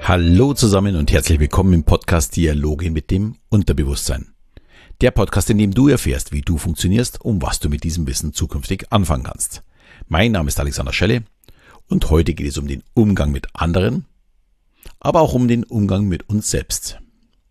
Hallo zusammen und herzlich willkommen im Podcast Dialoge mit dem Unterbewusstsein. Der Podcast, in dem du erfährst, wie du funktionierst und was du mit diesem Wissen zukünftig anfangen kannst. Mein Name ist Alexander Schelle und heute geht es um den Umgang mit anderen, aber auch um den Umgang mit uns selbst.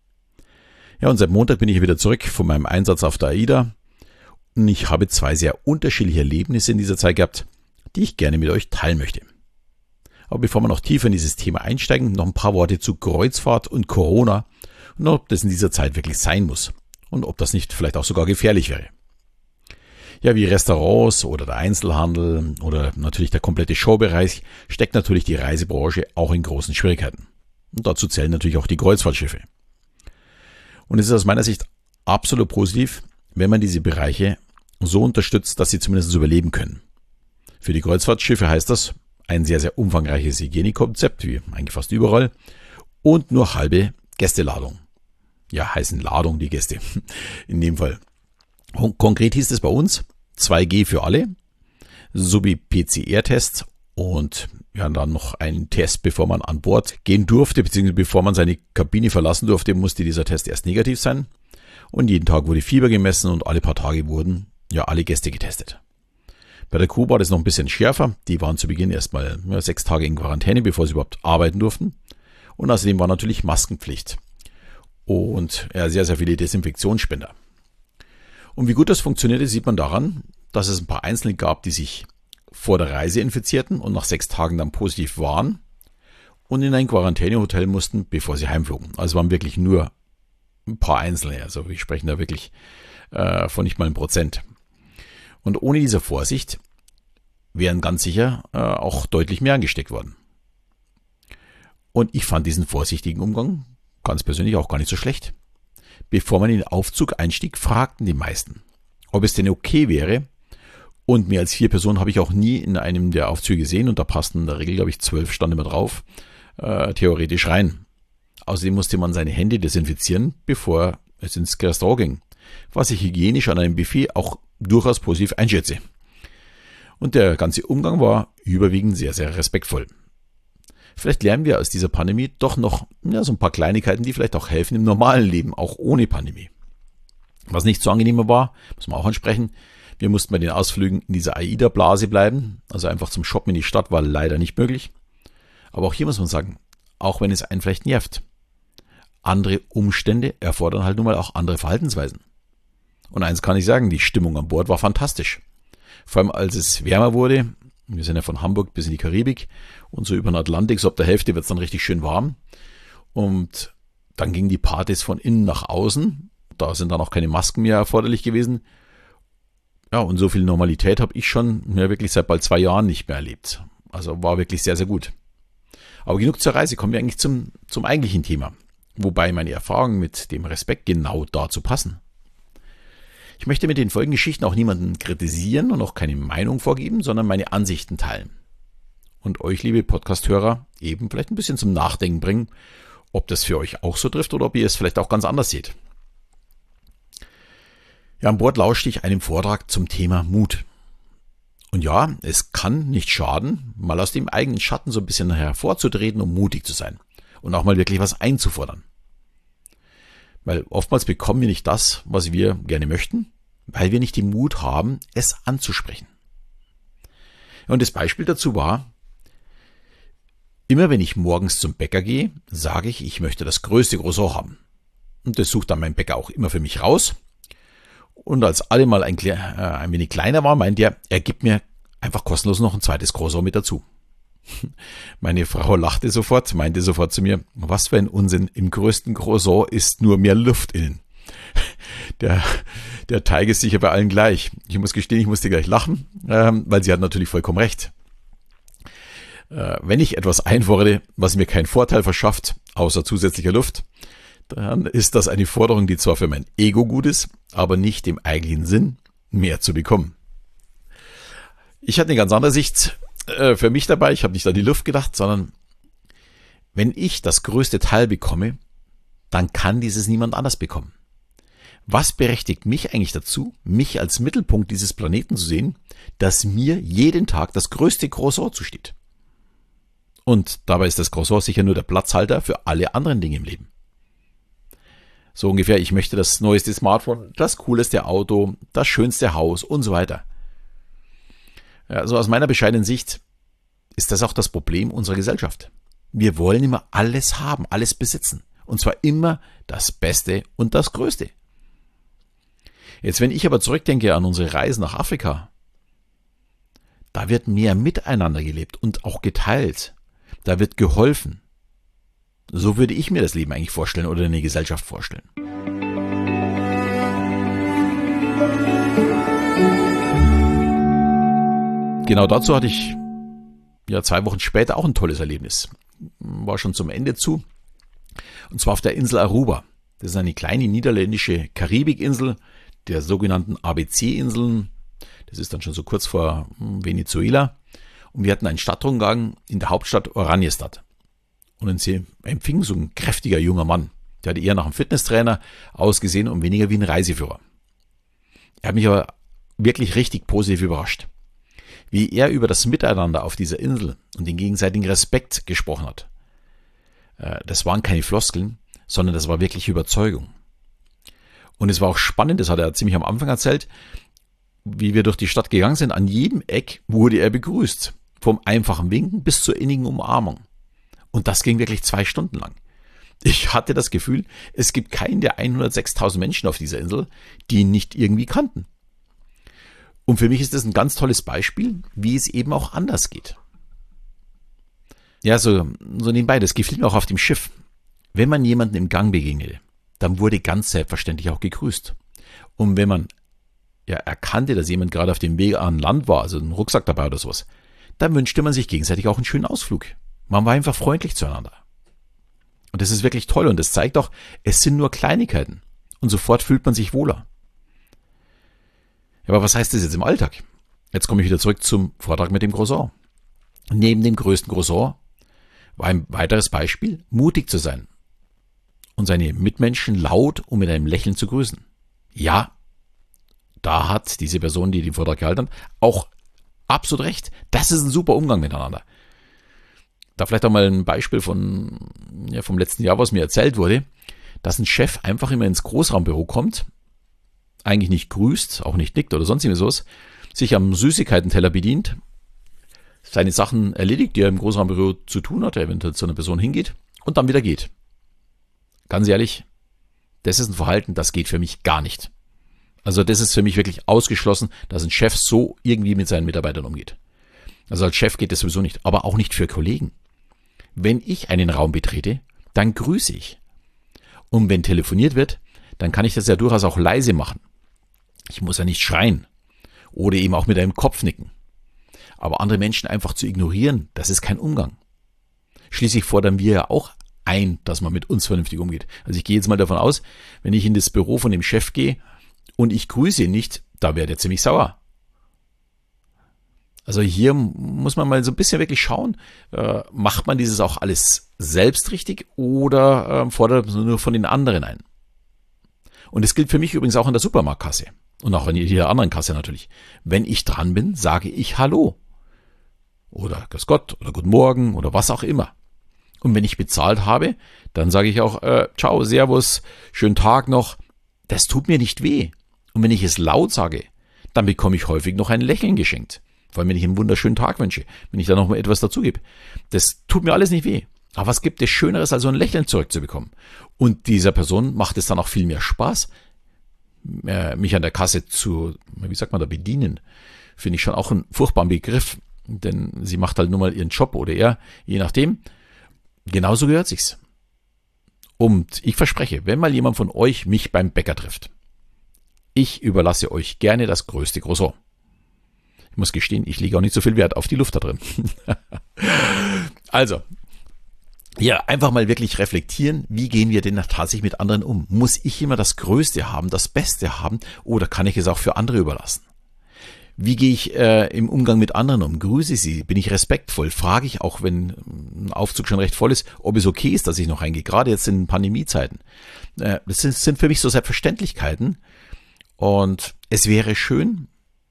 Ja, und seit Montag bin ich wieder zurück von meinem Einsatz auf der AIDA und ich habe zwei sehr unterschiedliche Erlebnisse in dieser Zeit gehabt, die ich gerne mit euch teilen möchte. Aber bevor wir noch tiefer in dieses Thema einsteigen, noch ein paar Worte zu Kreuzfahrt und Corona und ob das in dieser Zeit wirklich sein muss und ob das nicht vielleicht auch sogar gefährlich wäre. Ja, wie Restaurants oder der Einzelhandel oder natürlich der komplette Showbereich steckt natürlich die Reisebranche auch in großen Schwierigkeiten. Und dazu zählen natürlich auch die Kreuzfahrtschiffe. Und es ist aus meiner Sicht absolut positiv, wenn man diese Bereiche so unterstützt, dass sie zumindest überleben können. Für die Kreuzfahrtschiffe heißt das ein sehr, sehr umfangreiches Hygienekonzept, wie eigentlich fast überall, und nur halbe Gästeladung. Ja, heißen Ladung die Gäste in dem Fall. Konkret hieß es bei uns 2G für alle, sowie PCR-Test und ja, dann noch einen Test, bevor man an Bord gehen durfte, beziehungsweise bevor man seine Kabine verlassen durfte, musste dieser Test erst negativ sein. Und jeden Tag wurde Fieber gemessen und alle paar Tage wurden ja alle Gäste getestet. Bei der Crew war das noch ein bisschen schärfer. Die waren zu Beginn erstmal 6 Tage in Quarantäne, bevor sie überhaupt arbeiten durften. Und außerdem war natürlich Maskenpflicht und sehr, sehr viele Desinfektionsspender. Und wie gut das funktionierte, sieht man daran, dass es ein paar Einzelne gab, die sich vor der Reise infizierten und nach 6 Tagen dann positiv waren und in ein Quarantänehotel mussten, bevor sie heimflogen. Also waren wirklich nur ein paar Einzelne. Also wir sprechen da wirklich von nicht mal 1%. Und ohne diese Vorsicht wären ganz sicher auch deutlich mehr angesteckt worden. Und ich fand diesen vorsichtigen Umgang ganz persönlich auch gar nicht so schlecht. Bevor man in den Aufzug einstieg, fragten die meisten, ob es denn okay wäre. Und mehr als 4 Personen habe ich auch nie in einem der Aufzüge gesehen. Und da passten in der Regel, glaube ich, 12 stand immer drauf, theoretisch rein. Außerdem musste man seine Hände desinfizieren, bevor es ins Restaurant ging. Was ich hygienisch an einem Buffet auch durchaus positiv einschätze. Und der ganze Umgang war überwiegend sehr, sehr respektvoll. Vielleicht lernen wir aus dieser Pandemie doch noch so ein paar Kleinigkeiten, die vielleicht auch helfen im normalen Leben, auch ohne Pandemie. Was nicht so angenehmer war, muss man auch ansprechen, wir mussten bei den Ausflügen in dieser AIDA-Blase bleiben, also einfach zum Shoppen in die Stadt war leider nicht möglich. Aber auch hier muss man sagen, auch wenn es einen vielleicht nervt, andere Umstände erfordern halt nun mal auch andere Verhaltensweisen. Und eins kann ich sagen, die Stimmung an Bord war fantastisch. Vor allem als es wärmer wurde, wir sind ja von Hamburg bis in die Karibik und so über den Atlantik, so ab der Hälfte wird es dann richtig schön warm. Und dann gingen die Partys von innen nach außen, da sind dann auch keine Masken mehr erforderlich gewesen. Ja, und so viel Normalität habe ich schon wirklich seit bald 2 Jahren nicht mehr erlebt. Also war wirklich sehr, sehr gut. Aber genug zur Reise, kommen wir eigentlich zum eigentlichen Thema. Wobei meine Erfahrungen mit dem Respekt genau dazu passen. Ich möchte mit den folgenden Geschichten auch niemanden kritisieren und auch keine Meinung vorgeben, sondern meine Ansichten teilen. Und euch, liebe Podcast-Hörer, eben vielleicht ein bisschen zum Nachdenken bringen, ob das für euch auch so trifft oder ob ihr es vielleicht auch ganz anders seht. Ja, an Bord lauschte ich einem Vortrag zum Thema Mut. Und ja, es kann nicht schaden, mal aus dem eigenen Schatten so ein bisschen hervorzutreten, um mutig zu sein und auch mal wirklich was einzufordern. Weil oftmals bekommen wir nicht das, was wir gerne möchten, weil wir nicht den Mut haben, es anzusprechen. Und das Beispiel dazu war, immer wenn ich morgens zum Bäcker gehe, sage ich, ich möchte das größte Croissant haben. Und das sucht dann mein Bäcker auch immer für mich raus. Und als alle mal ein wenig kleiner war, meint er gibt mir einfach kostenlos noch ein zweites Croissant mit dazu. Meine Frau lachte sofort, meinte sofort zu mir, was für ein Unsinn, im größten Croissant ist nur mehr Luft innen. Der Teig ist sicher bei allen gleich. Ich muss gestehen, ich musste gleich lachen, weil sie hat natürlich vollkommen recht. Wenn ich etwas einfordere, was mir keinen Vorteil verschafft, außer zusätzlicher Luft, dann ist das eine Forderung, die zwar für mein Ego gut ist, aber nicht im eigentlichen Sinn, mehr zu bekommen. Ich hatte eine ganz andere Sicht für mich dabei. Ich habe nicht an die Luft gedacht, sondern wenn ich das größte Teil bekomme, dann kann dieses niemand anders bekommen. Was berechtigt mich eigentlich dazu, mich als Mittelpunkt dieses Planeten zu sehen, dass mir jeden Tag das größte Croissant zusteht? Und dabei ist das Croissant sicher nur der Platzhalter für alle anderen Dinge im Leben. So ungefähr, ich möchte das neueste Smartphone, das coolste Auto, das schönste Haus und so weiter. Ja, so aus meiner bescheidenen Sicht ist das auch das Problem unserer Gesellschaft. Wir wollen immer alles haben, alles besitzen. Und zwar immer das Beste und das Größte. Jetzt, wenn ich aber zurückdenke an unsere Reise nach Afrika, da wird mehr miteinander gelebt und auch geteilt. Da wird geholfen. So würde ich mir das Leben eigentlich vorstellen oder eine Gesellschaft vorstellen. Genau dazu hatte ich 2 Wochen später auch ein tolles Erlebnis. War schon zum Ende zu. Und zwar auf der Insel Aruba. Das ist eine kleine niederländische Karibikinsel der sogenannten ABC-Inseln. Das ist dann schon so kurz vor Venezuela. Und wir hatten einen Stadtrundgang in der Hauptstadt Oranjestad. Und uns empfing so ein kräftiger junger Mann. Der hatte eher nach einem Fitnesstrainer ausgesehen und weniger wie ein Reiseführer. Er hat mich aber wirklich richtig positiv überrascht. Wie er über das Miteinander auf dieser Insel und den gegenseitigen Respekt gesprochen hat. Das waren keine Floskeln, sondern das war wirklich Überzeugung. Und es war auch spannend, das hat er ziemlich am Anfang erzählt, wie wir durch die Stadt gegangen sind. An jedem Eck wurde er begrüßt. Vom einfachen Winken bis zur innigen Umarmung. Und das ging wirklich 2 Stunden lang. Ich hatte das Gefühl, es gibt keinen der 106.000 Menschen auf dieser Insel, die ihn nicht irgendwie kannten. Und für mich ist das ein ganz tolles Beispiel, wie es eben auch anders geht. Ja, so nebenbei, das gefiel mir auch auf dem Schiff. Wenn man jemanden im Gang begegnete, dann wurde ganz selbstverständlich auch gegrüßt. Und wenn man erkannte, dass jemand gerade auf dem Weg an Land war, also einen Rucksack dabei oder sowas, dann wünschte man sich gegenseitig auch einen schönen Ausflug. Man war einfach freundlich zueinander. Und das ist wirklich toll und das zeigt auch, es sind nur Kleinigkeiten. Und sofort fühlt man sich wohler. Ja, aber was heißt das jetzt im Alltag? Jetzt komme ich wieder zurück zum Vortrag mit dem Croissant. Neben dem größten Croissant war ein weiteres Beispiel, mutig zu sein und seine Mitmenschen laut und mit einem Lächeln zu grüßen. Ja, da hat diese Person, die den Vortrag gehalten hat, auch absolut recht. Das ist ein super Umgang miteinander. Da vielleicht auch mal ein Beispiel vom letzten Jahr, was mir erzählt wurde, dass ein Chef einfach immer ins Großraumbüro kommt, eigentlich nicht grüßt, auch nicht nickt oder sonst irgendwas, sich am Süßigkeitenteller bedient, seine Sachen erledigt, die er im Großraumbüro zu tun hat, eventuell zu einer Person hingeht und dann wieder geht. Ganz ehrlich, das ist ein Verhalten, das geht für mich gar nicht. Also das ist für mich wirklich ausgeschlossen, dass ein Chef so irgendwie mit seinen Mitarbeitern umgeht. Also als Chef geht das sowieso nicht, aber auch nicht für Kollegen. Wenn ich einen Raum betrete, dann grüße ich. Und wenn telefoniert wird, dann kann ich das ja durchaus auch leise machen. Ich muss ja nicht schreien oder eben auch mit einem Kopf nicken. Aber andere Menschen einfach zu ignorieren, das ist kein Umgang. Schließlich fordern wir ja auch ein, dass man mit uns vernünftig umgeht. Also ich gehe jetzt mal davon aus, wenn ich in das Büro von dem Chef gehe und ich grüße ihn nicht, da wäre der ziemlich sauer. Also hier muss man mal so ein bisschen wirklich schauen, macht man dieses auch alles selbst richtig oder fordert man nur von den anderen ein? Und das gilt für mich übrigens auch in der Supermarktkasse und auch in jeder anderen Kasse natürlich. Wenn ich dran bin, sage ich Hallo oder Grüß Gott oder Guten Morgen oder was auch immer. Und wenn ich bezahlt habe, dann sage ich auch Ciao, Servus, schönen Tag noch. Das tut mir nicht weh. Und wenn ich es laut sage, dann bekomme ich häufig noch ein Lächeln geschenkt. Vor allem, wenn ich einen wunderschönen Tag wünsche, wenn ich da noch mal etwas dazu gebe. Das tut mir alles nicht weh. Aber was gibt es Schöneres, als so ein Lächeln zurückzubekommen? Und dieser Person macht es dann auch viel mehr Spaß, mich an der Kasse bedienen. Finde ich schon auch einen furchtbaren Begriff, denn sie macht halt nur mal ihren Job oder er, je nachdem. Genauso gehört sich's. Und ich verspreche, wenn mal jemand von euch mich beim Bäcker trifft, ich überlasse euch gerne das größte Croissant. Ich muss gestehen, ich lege auch nicht so viel Wert auf die Luft da drin. Also, ja, einfach mal wirklich reflektieren, wie gehen wir denn tatsächlich mit anderen um? Muss ich immer das Größte haben, das Beste haben oder kann ich es auch für andere überlassen? Wie gehe ich im Umgang mit anderen um? Grüße ich sie? Bin ich respektvoll? Frage ich auch, wenn ein Aufzug schon recht voll ist, ob es okay ist, dass ich noch reingehe, gerade jetzt in Pandemiezeiten. Das sind für mich so Selbstverständlichkeiten und es wäre schön,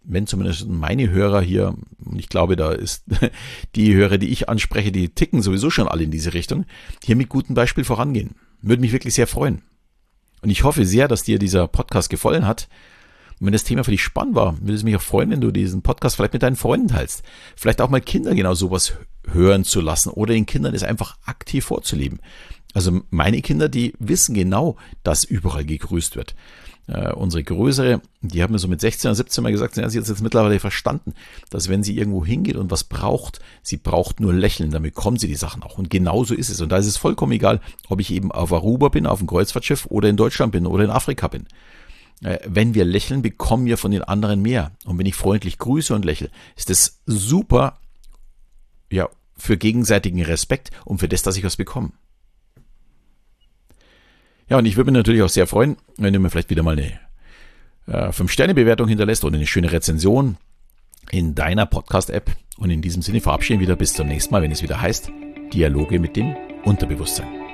wenn zumindest meine Hörer hier, und ich glaube, da ist die Hörer, die ich anspreche, die ticken sowieso schon alle in diese Richtung, hier mit gutem Beispiel vorangehen. Würde mich wirklich sehr freuen. Und ich hoffe sehr, dass dir dieser Podcast gefallen hat. Und wenn das Thema für dich spannend war, würde es mich auch freuen, wenn du diesen Podcast vielleicht mit deinen Freunden teilst. Vielleicht auch mal Kinder genau sowas hören zu lassen oder den Kindern es einfach aktiv vorzuleben. Also meine Kinder, die wissen genau, dass überall gegrüßt wird. Unsere Größere, die haben mir so mit 16 oder 17 mal gesagt, sie hat jetzt mittlerweile verstanden, dass wenn sie irgendwo hingeht und was braucht, sie braucht nur lächeln, dann bekommt sie die Sachen auch. Und genau so ist es. Und da ist es vollkommen egal, ob ich eben auf Aruba bin, auf einem Kreuzfahrtschiff oder in Deutschland bin oder in Afrika bin. Wenn wir lächeln, bekommen wir von den anderen mehr. Und wenn ich freundlich grüße und lächle, ist das super, ja, für gegenseitigen Respekt und für das, dass ich was bekomme. Ja, und ich würde mich natürlich auch sehr freuen, wenn du mir vielleicht wieder mal eine 5-Sterne-Bewertung hinterlässt oder eine schöne Rezension in deiner Podcast-App. Und in diesem Sinne verabschieden wir wieder bis zum nächsten Mal, wenn es wieder heißt, Dialoge mit dem Unterbewusstsein.